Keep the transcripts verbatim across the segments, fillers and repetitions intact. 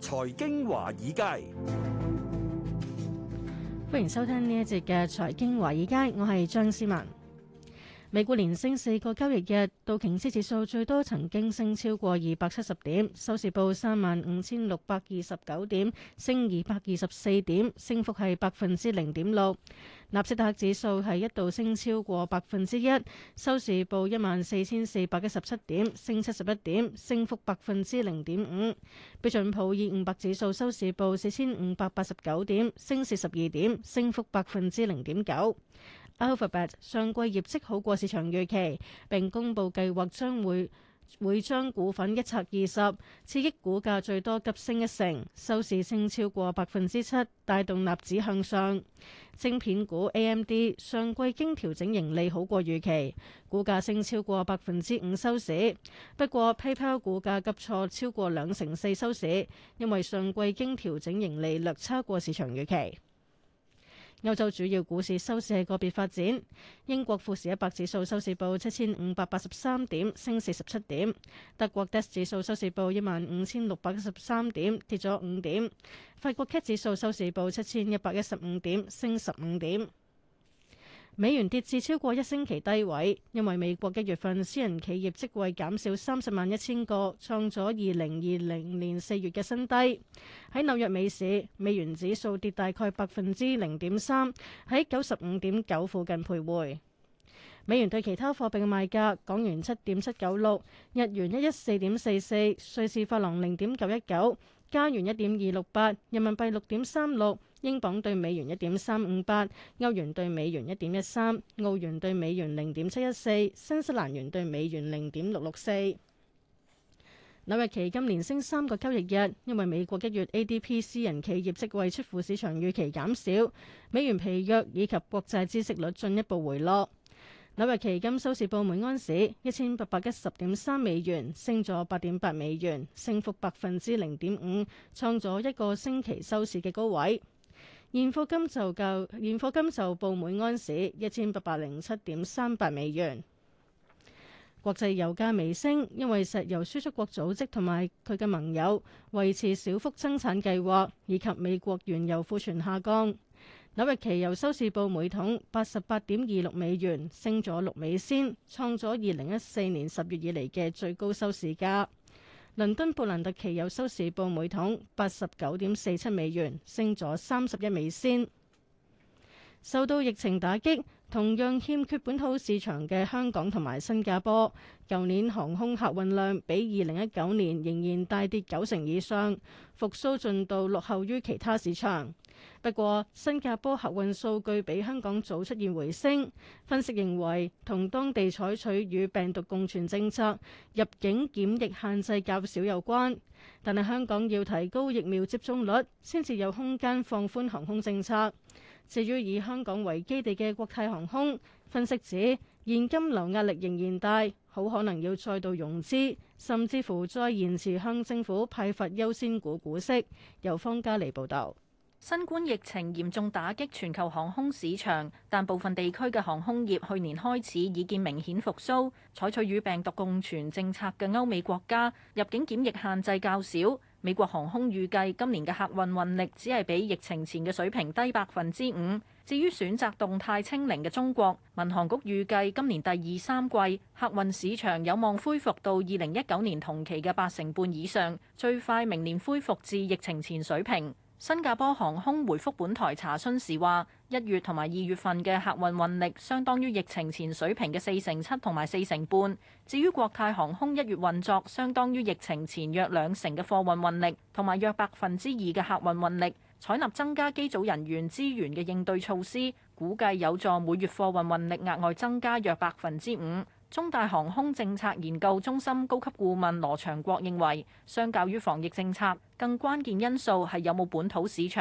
財經華爾街， 歡迎收聽呢一節嘅財經華爾街，我係張思文。美股連升四個交易日，道瓊斯指數最多曾經升超過二百七十點，收市報三萬五千六百二十九點，升二百二十四點，升幅係百分之零點六。納斯達克指數係一度升超過百分之一，收市報一萬四千四百一十七點，升七十一點，升幅百分之零點五。標準普爾五百指數收市報四千五百八十九點，升四十二點，升幅百分之零點九。Alphabet 上季業績好過市場預期，並公佈計劃將會會將股份一拆二十，刺激股價最多急升一成，收市升超過百分之七，帶動納指向上。晶片股 A M D 上季經調整盈利好過預期，股價升超過百分之五收市。不過 PayPal 股價急挫超過兩成四收市，因為上季經調整盈利略差過市場預期。歐洲主要股市收市係個別發展，英國富時一百指數收市報七千五百八十三點，升四十七點；德國 D A X 指數收市報一萬五千六百一十三點，跌咗五點；法國 C A C 指數收市報七千一百一十五點，升十五點。美元跌至超過一星期低位，因為美國一月份私人企業職位減少三十萬一千個，創咗二零二零年四月嘅新低。喺紐約美市，美元指數跌大概百分之零點三，喺九十五點九附近徘徊。美元對其他貨幣嘅賣價：港元七點七九六，日元一一四點四四，瑞士法郎零點九一九，加元一點二六八，人民幣六點三六。英鎊對美元一點三五八，歐元對美元一點一三，澳元對美元零點七一四，新西蘭元對美元零點六六四。紐約期金連升三個交易日，因為美國一月 A D P 私人企業職位出乎市場預期減少，美元疲弱以及國債孳息率進一步回落。紐約期金收市報每安士一千八百一十點三美元，升咗八點八美元，升幅百分之零點五，創咗一個星期收市嘅高位。現貨金就較現貨金就報每安士一千八百零七點三八美元。國際油價微升，因為石油輸出國組織同埋佢嘅盟友維持小幅增產計劃，以及美國原油庫存下降。紐約期油收市報每桶八十八點二六美元，升咗六美仙，創咗二零一四年十月以嚟嘅最高收市價。倫敦布蘭特期油收市報每桶八十九點四七美元，升咗三十一美仙。受到疫情打擊，同樣欠缺本土市場嘅香港同埋新加坡，舊年航空客運量比二零一九年仍然大跌九成以上，復甦進度落後於其他市場。不過，新加坡客運數據比香港早出現回升。分析認為，同當地採取與病毒共存政策、入境檢疫限制較少有關。但係香港要提高疫苗接種率，先至有空間放寬航空政策。至於以香港為基地嘅國泰航空，分析指現金流壓力仍然大，好可能要再度融資，甚至乎再延遲向政府派發優先股股息。由方嘉利報導。 新冠疫情嚴重打擊全球航空市場，但部分地區嘅航空業去年開始已見明顯復甦。採取與病毒共存政策嘅歐美國家，入境檢疫限制較少。美國航空預計今年嘅客運運力只係比疫情前嘅水平低百分之五。至於選擇動態清零嘅中國，民航局預計今年第二三季客運市場有望恢復到二零一九年同期嘅八成半以上，最快明年恢復至疫情前水平。新加坡航空回覆本台查詢時話，一月同埋二月份嘅客運運力相當於疫情前水平嘅四成七同埋四成半。至於國泰航空一月運作相當於疫情前約兩成嘅貨運運力，同埋約百分之二嘅客運運力。採納增加機組人員資源嘅應對措施，估計有助每月貨運運力額外增加約百分之五。中大航空政策研究中心高級顧問羅祥國認為，相較於防疫政策，更關鍵因素係有冇本土市場，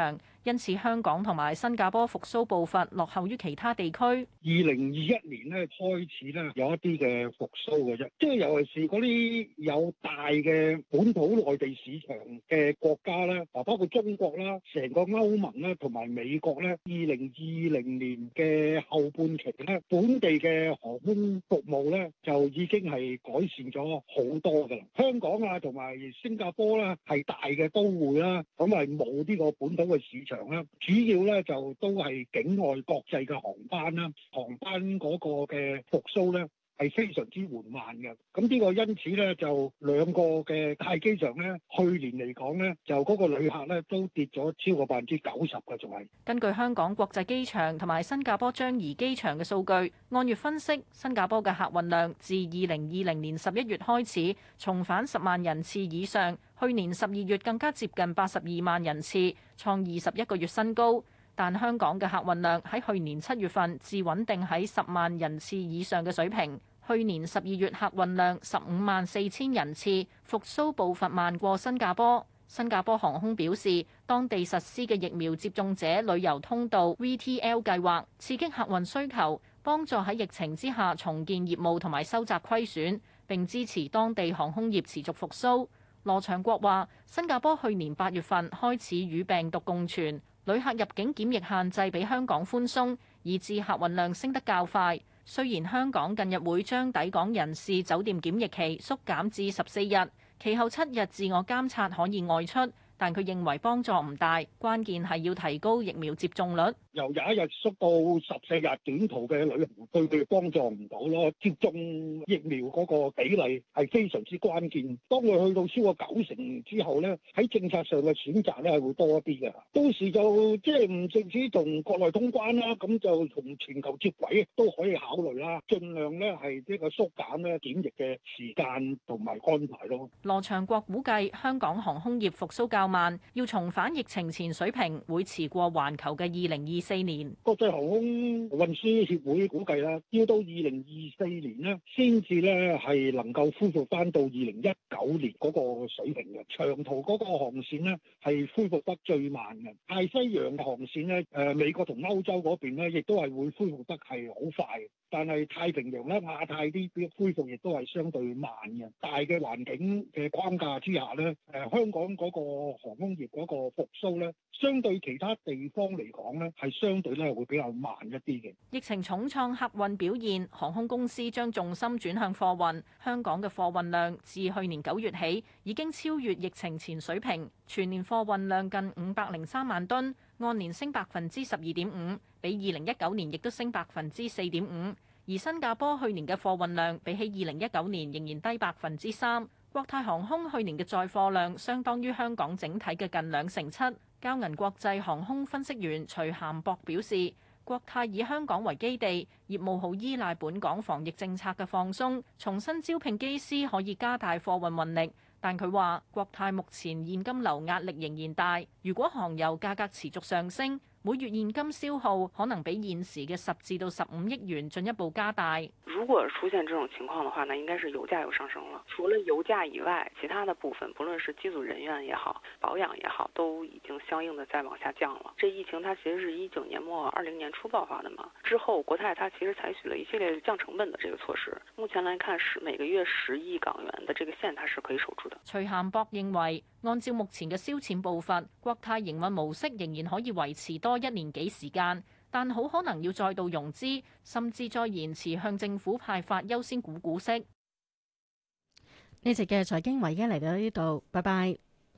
因此香港同埋新加坡復甦步伐落後於其他地區。 二零二一年咧開始咧有一啲嘅復甦嘅啫，即係尤其是嗰啲有大嘅本土內地市場嘅國家咧，啊包括中國啦、成個歐盟咧同埋美國咧，二零二零年嘅後半期咧，本地嘅航空服務咧就已經係改善咗好多㗎啦。香港啊同埋新加坡咧係大嘅都會啦，咁係冇呢個本土嘅市場啦，主要咧就都係境外國際嘅航班啦，航班嗰個嘅復甦咧係非常之緩慢嘅。咁呢個因此咧就兩個嘅大機場咧，去年嚟講咧就嗰個旅客咧都跌咗超過百分之九十嘅，仲係。 根據香港國際機場同埋新加坡樟宜機場嘅數據，按月分析，新加坡嘅客運量自二零二零年十一月開始重返十萬人次以上，去年十二月更加接近八十二萬人次，創二十一個月新高。但香港嘅客運量喺去年七月份至穩定喺十萬人次以上嘅水平。去年十二月客運量十五萬四千人次，復甦步伐慢過新加坡。新加坡航空表示，當地實施嘅疫苗接種者旅遊通道 V T L 計劃，刺激客運需求，幫助喺疫情之下重建業務同埋收窄虧損，並支持當地航空業持續復甦。羅祥國話：新加坡去年八月份開始與病毒共存，旅客入境檢疫限制比香港寬鬆，以致客運量升得較快。雖然香港近日會將抵港人士酒店檢疫期縮減至十四日，其後七日自我監察可以外出，但佢認為幫助唔大，關鍵係要提高疫苗接種率。 由廿一日縮到十四日短途嘅旅行，對佢幫助唔到咯。接種疫苗嗰個比例係非常之關鍵。當佢去到超過九成之後咧，喺政策上嘅選擇咧係會多一啲嘅。到時就即係唔淨止同國內通關啦，咁就同全球接軌都可以考慮啦。盡量咧係呢個縮減咧檢疫嘅時間同埋安排咯。 羅祥國估計香港航空業復甦較慢，要重返疫情前水平會遲過環球嘅二零二四年。 國際航空運輸協會估計啦，要到二零二四年呢，先至咧係能夠恢復翻到二零一九年嗰個水平嘅。長途嗰個航線呢係恢復得最慢嘅。大西洋嘅航線呢，誒美國同歐洲嗰邊呢亦都係會恢復得係好快。但係太平洋咧、亞太啲恢復亦都係相對慢嘅。大嘅環境嘅框架之下咧，誒香港嗰個航空業嗰個復甦咧，相對其他地方嚟講咧，係相對咧會比較慢一啲嘅。 疫情重創客運表現，航空公司將重心轉向貨運。香港嘅貨運量自去年九月起已經超越疫情前水平，全年貨運量近五百零三萬噸，按年升百分之十二點五，比二零一九年亦都升百分之四點五。而新加坡去年嘅貨運量比起二零一九年仍然低百分之三。國泰航空去年嘅載貨量相當於香港整體嘅近兩成七。交銀國際航空分析員徐涵博表示，國泰以香港為基地，業務好依賴本港防疫政策嘅放鬆，重新招聘機師可以加大貨運運力。但佢話，國泰目前現金流壓力仍然大，如果航油價格持續上升，每月現金消耗可能比現時嘅十至到十五億元進一步加大。 如果出現這種情況的話，那應該是油價又上升了。除了油價以外，其他的部分，不論是機組人員也好，保養也好，都已經相應的在往下降了。這疫情它其實是一九年末二零年初爆發的嘛，之後國泰它其實採取了一系列降成本的這個措施。目前來看，是每個月十億港元的這個線，它是可以守住的。 徐涵博認為，按照目前嘅燒錢步伐，國泰營運模式仍然可以維持多一年幾時間，但好可能要再度融資，甚至再延遲向政府派發優先股股息。 呢集嘅財經華爾街嚟到呢度，拜拜。